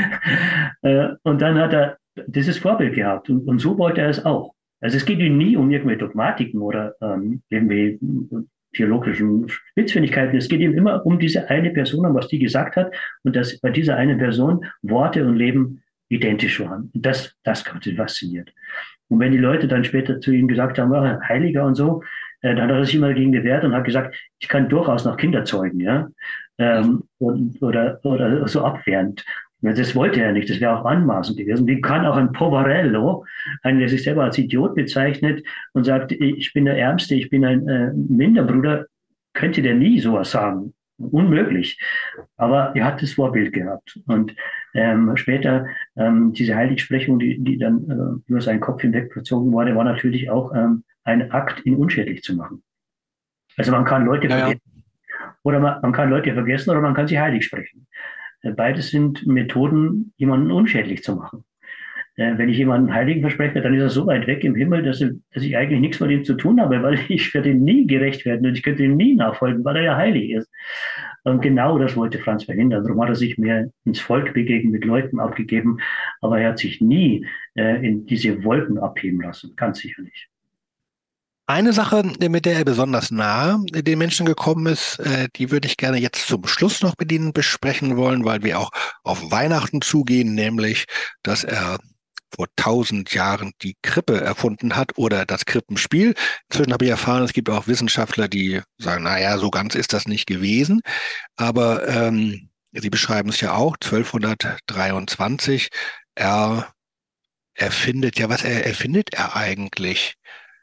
äh, und dann hat er dieses Vorbild gehabt und, und so wollte er es auch. Also es geht ihm nie um irgendwelche Dogmatiken oder ähm, irgendwie theologischen Spitzfindigkeiten. Es geht ihm immer um diese eine Person, was die gesagt hat und dass bei dieser einen Person Worte und Leben identisch waren. Und das, das hat ihn fasziniert. Und wenn die Leute dann später zu ihm gesagt haben, oh, Heiliger und so, äh, dann hat er sich immer dagegen gewehrt und hat gesagt, ich kann durchaus noch Kinder zeugen, ja, ähm, und, oder, oder so abwehrend. Das wollte er nicht, das wäre auch anmaßend gewesen. Wie kann auch ein Poverello, einer, der sich selber als Idiot bezeichnet und sagt, ich bin der Ärmste, ich bin ein äh, Minderbruder, könnte der nie sowas sagen. Unmöglich. Aber er hat das Vorbild gehabt. Und ähm, später ähm, diese Heiligsprechung, die, die dann äh, über seinen Kopf hinweg verzogen wurde, war natürlich auch ähm, ein Akt, ihn unschädlich zu machen. Also man kann Leute Ja, ja. vergessen, oder man, man kann Leute vergessen oder man kann sie heilig sprechen. Beides sind Methoden, jemanden unschädlich zu machen. Wenn ich jemanden Heiligen verspreche, dann ist er so weit weg im Himmel, dass, er, dass ich eigentlich nichts mit ihm zu tun habe, weil ich werde ihm nie gerecht werden und ich könnte ihm nie nachfolgen, weil er ja heilig ist. Und genau das wollte Franz verhindern. Darum hat er sich mehr ins Volk begegnet, mit Leuten abgegeben, aber er hat sich nie äh, in diese Wolken abheben lassen, ganz sicher nicht. Eine Sache, mit der er besonders nahe den Menschen gekommen ist, äh, die würde ich gerne jetzt zum Schluss noch mit Ihnen besprechen wollen, weil wir auch auf Weihnachten zugehen, nämlich, dass er vor tausend Jahren die Krippe erfunden hat oder das Krippenspiel. Inzwischen habe ich erfahren, es gibt auch Wissenschaftler, die sagen, na ja, so ganz ist das nicht gewesen. Aber ähm, Sie beschreiben es ja auch, zwölfhundertdreiundzwanzig. Er erfindet, ja, was er erfindet er eigentlich?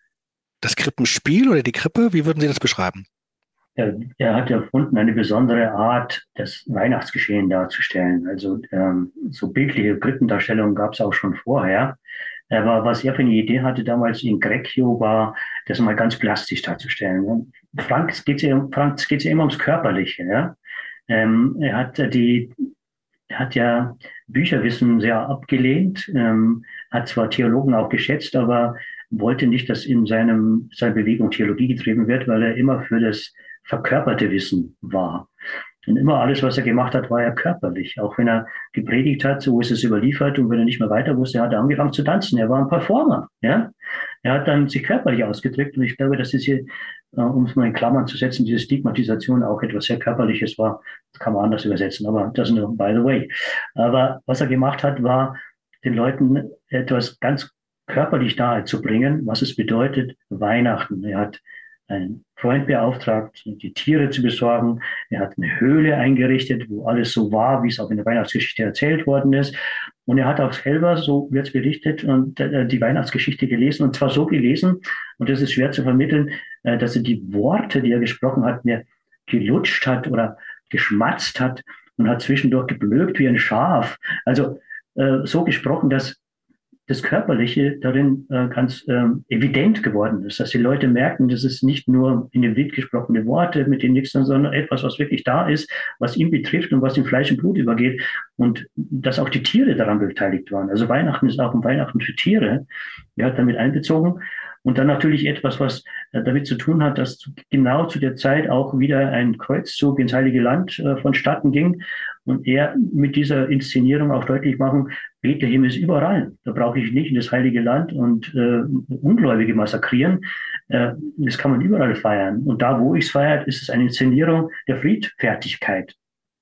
Das Krippenspiel oder die Krippe? Wie würden Sie das beschreiben? Er, er hat erfunden, eine besondere Art, das Weihnachtsgeschehen darzustellen. Also ähm, so bildliche Krippendarstellungen gab es auch schon vorher. Aber was er für eine Idee hatte damals in Greccio war, das mal ganz plastisch darzustellen. Frank geht ja, Frank geht ja immer ums Körperliche. Ja? Ähm, er hat die, er hat ja Bücherwissen sehr abgelehnt, ähm, hat zwar Theologen auch geschätzt, aber wollte nicht, dass in seinem, seiner Bewegung Theologie getrieben wird, weil er immer für das verkörperte Wissen war. Und immer alles, was er gemacht hat, war ja körperlich. Auch wenn er gepredigt hat, so ist es überliefert. Und wenn er nicht mehr weiter wusste, hat er angefangen zu tanzen. Er war ein Performer. Ja? Er hat dann sich körperlich ausgedrückt. Und ich glaube, das ist hier, äh, um es mal in Klammern zu setzen, diese Stigmatisation auch etwas sehr Körperliches war. Das kann man anders übersetzen, aber das nur by the way. Aber was er gemacht hat, war, den Leuten etwas ganz körperlich nahe zu bringen, was es bedeutet, Weihnachten. Er hat einen Freund beauftragt, die Tiere zu besorgen. Er hat eine Höhle eingerichtet, wo alles so war, wie es auch in der Weihnachtsgeschichte erzählt worden ist. Und er hat auch selber, so wird es berichtet, und äh, die Weihnachtsgeschichte gelesen. Und zwar so gelesen, und das ist schwer zu vermitteln, äh, dass er die Worte, die er gesprochen hat, mir gelutscht hat oder geschmatzt hat und hat zwischendurch geblökt wie ein Schaf. Also äh, so gesprochen, dass das Körperliche darin äh, ganz ähm, evident geworden ist, dass die Leute merken, das ist nicht nur in dem Wind gesprochene Worte mit den Nixon, sondern etwas, was wirklich da ist, was ihn betrifft und was in Fleisch und Blut übergeht und dass auch die Tiere daran beteiligt waren. Also Weihnachten ist auch ein Weihnachten für Tiere. Er hat damit einbezogen. Und dann natürlich etwas, was äh, damit zu tun hat, dass genau zu der Zeit auch wieder ein Kreuzzug ins Heilige Land äh, vonstatten ging. Und er mit dieser Inszenierung auch deutlich machen, Bethlehem ist überall. Da brauche ich nicht in das Heilige Land und äh, Ungläubige massakrieren. Äh, das kann man überall feiern. Und da, wo ich es feiert, ist es eine Inszenierung der Friedfertigkeit.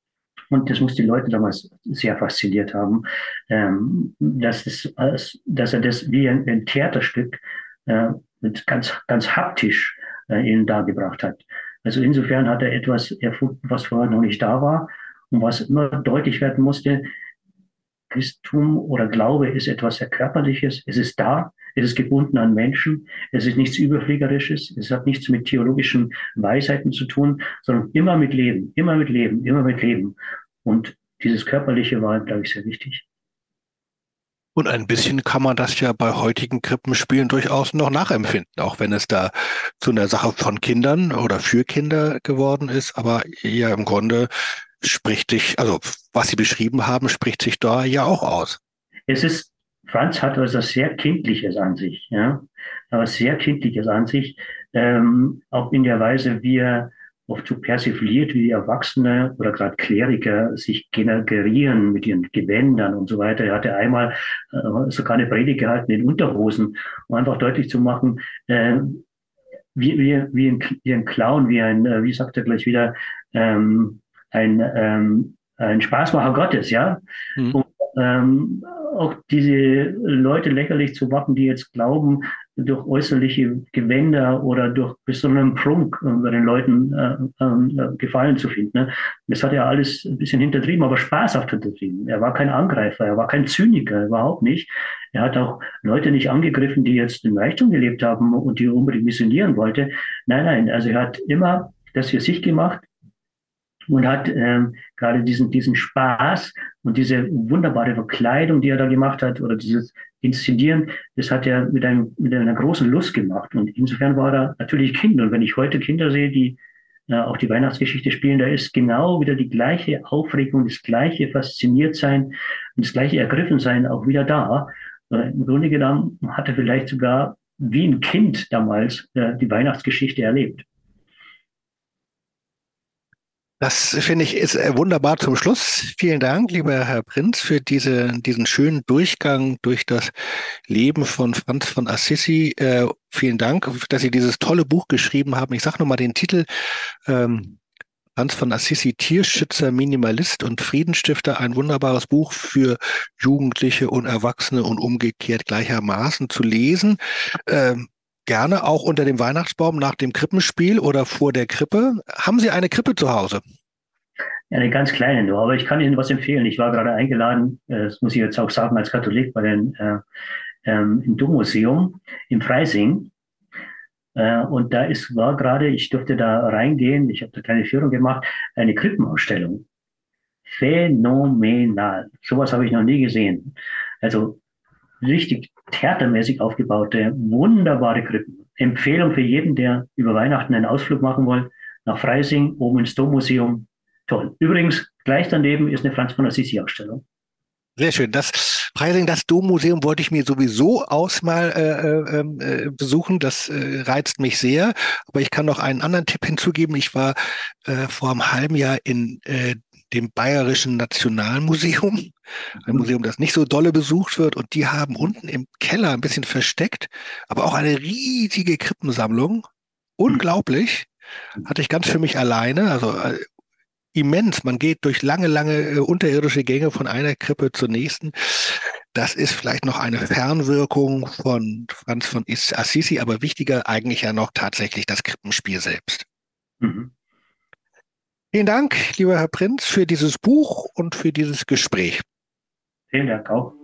Und das muss die Leute damals sehr fasziniert haben, ähm, dass, es, dass er das wie ein, ein Theaterstück äh, mit ganz, ganz haptisch äh, ihnen dargebracht hat. Also insofern hat er etwas erfunden, was vorher noch nicht da war und was immer deutlich werden musste. Christentum oder Glaube ist etwas sehr Körperliches. Es ist da. Es ist gebunden an Menschen. Es ist nichts Überfliegerisches. Es hat nichts mit theologischen Weisheiten zu tun, sondern immer mit Leben, immer mit Leben, immer mit Leben. Und dieses Körperliche war, glaube ich, sehr wichtig. Und ein bisschen kann man das ja bei heutigen Krippenspielen durchaus noch nachempfinden, auch wenn es da zu einer Sache von Kindern oder für Kinder geworden ist. Aber ja, im Grunde spricht sich, also was Sie beschrieben haben, spricht sich da ja auch aus. Es ist, Franz hat etwas sehr Kindliches an sich, ja, aber sehr Kindliches an sich, ähm, auch in der Weise, wie er oft so persifliert, wie Erwachsene oder gerade Kleriker sich generieren mit ihren Gewändern und so weiter. Er hatte einmal äh, sogar eine Predigt gehalten in Unterhosen, um einfach deutlich zu machen, äh, wie, wie, wie, ein, wie ein Clown, wie ein, äh, wie sagt er gleich wieder, ähm, ein, ähm, ein Spaßmacher Gottes, ja. Hm. Und ähm, auch diese Leute lächerlich zu machen, die jetzt glauben, durch äußerliche Gewänder oder durch besonderen Prunk äh, bei den Leuten äh, äh, Gefallen zu finden. Ne? Das hat er alles ein bisschen hintertrieben, aber spaßhaft hintertrieben. Er war kein Angreifer, er war kein Zyniker, überhaupt nicht. Er hat auch Leute nicht angegriffen, die jetzt im Reichtum gelebt haben und die er unbedingt missionieren wollte. Nein, nein, also er hat immer das für sich gemacht und hat ähm, gerade diesen, diesen Spaß und diese wunderbare Verkleidung, die er da gemacht hat, oder dieses Inszenieren, das hat er mit, einem, mit einer großen Lust gemacht. Und insofern war er natürlich Kind. Und wenn ich heute Kinder sehe, die äh, auch die Weihnachtsgeschichte spielen, da ist genau wieder die gleiche Aufregung, das gleiche Fasziniertsein und das gleiche Ergriffensein auch wieder da. Äh, Im Grunde genommen hat er vielleicht sogar wie ein Kind damals äh, die Weihnachtsgeschichte erlebt. Das finde ich ist äh, wunderbar zum Schluss. Vielen Dank, lieber Herr Prinz, für diese, diesen schönen Durchgang durch das Leben von Franz von Assisi. Äh, vielen Dank, dass Sie dieses tolle Buch geschrieben haben. Ich sage nochmal den Titel. Ähm, Franz von Assisi, Tierschützer, Minimalist und Friedensstifter. Ein wunderbares Buch für Jugendliche und Erwachsene und umgekehrt gleichermaßen zu lesen. Ähm, Gerne auch unter dem Weihnachtsbaum nach dem Krippenspiel oder vor der Krippe. Haben Sie eine Krippe zu Hause? Ja, eine ganz kleine nur, aber ich kann Ihnen was empfehlen. Ich war gerade eingeladen, äh, das muss ich jetzt auch sagen, als Katholik bei den, äh, ähm, im Dommuseum in Freising. Äh, und da ist, war gerade, ich durfte da reingehen, ich habe da kleine Führung gemacht, eine Krippenausstellung. Phänomenal. Sowas habe ich noch nie gesehen. Also richtig theatermäßig aufgebaute, wunderbare Krippen. Empfehlung für jeden, der über Weihnachten einen Ausflug machen will, nach Freising, oben ins Dommuseum. Toll. Übrigens, gleich daneben ist eine Franz von Assisi-Ausstellung. Sehr schön. Das Freising, das Dommuseum wollte ich mir sowieso aus mal äh, äh, äh, besuchen. Das äh, reizt mich sehr. Aber ich kann noch einen anderen Tipp hinzugeben. Ich war äh, vor einem halben Jahr in äh, dem Bayerischen Nationalmuseum, ein Museum, das nicht so dolle besucht wird. Und die haben unten im Keller ein bisschen versteckt, aber auch eine riesige Krippensammlung. Unglaublich. Hatte ich ganz für mich alleine. Also äh, immens. Man geht durch lange, lange äh, unterirdische Gänge von einer Krippe zur nächsten. Das ist vielleicht noch eine Fernwirkung von Franz von Assisi, aber wichtiger eigentlich ja noch tatsächlich das Krippenspiel selbst. Mhm. Vielen Dank, lieber Herr Prinz, für dieses Buch und für dieses Gespräch. Vielen Dank auch.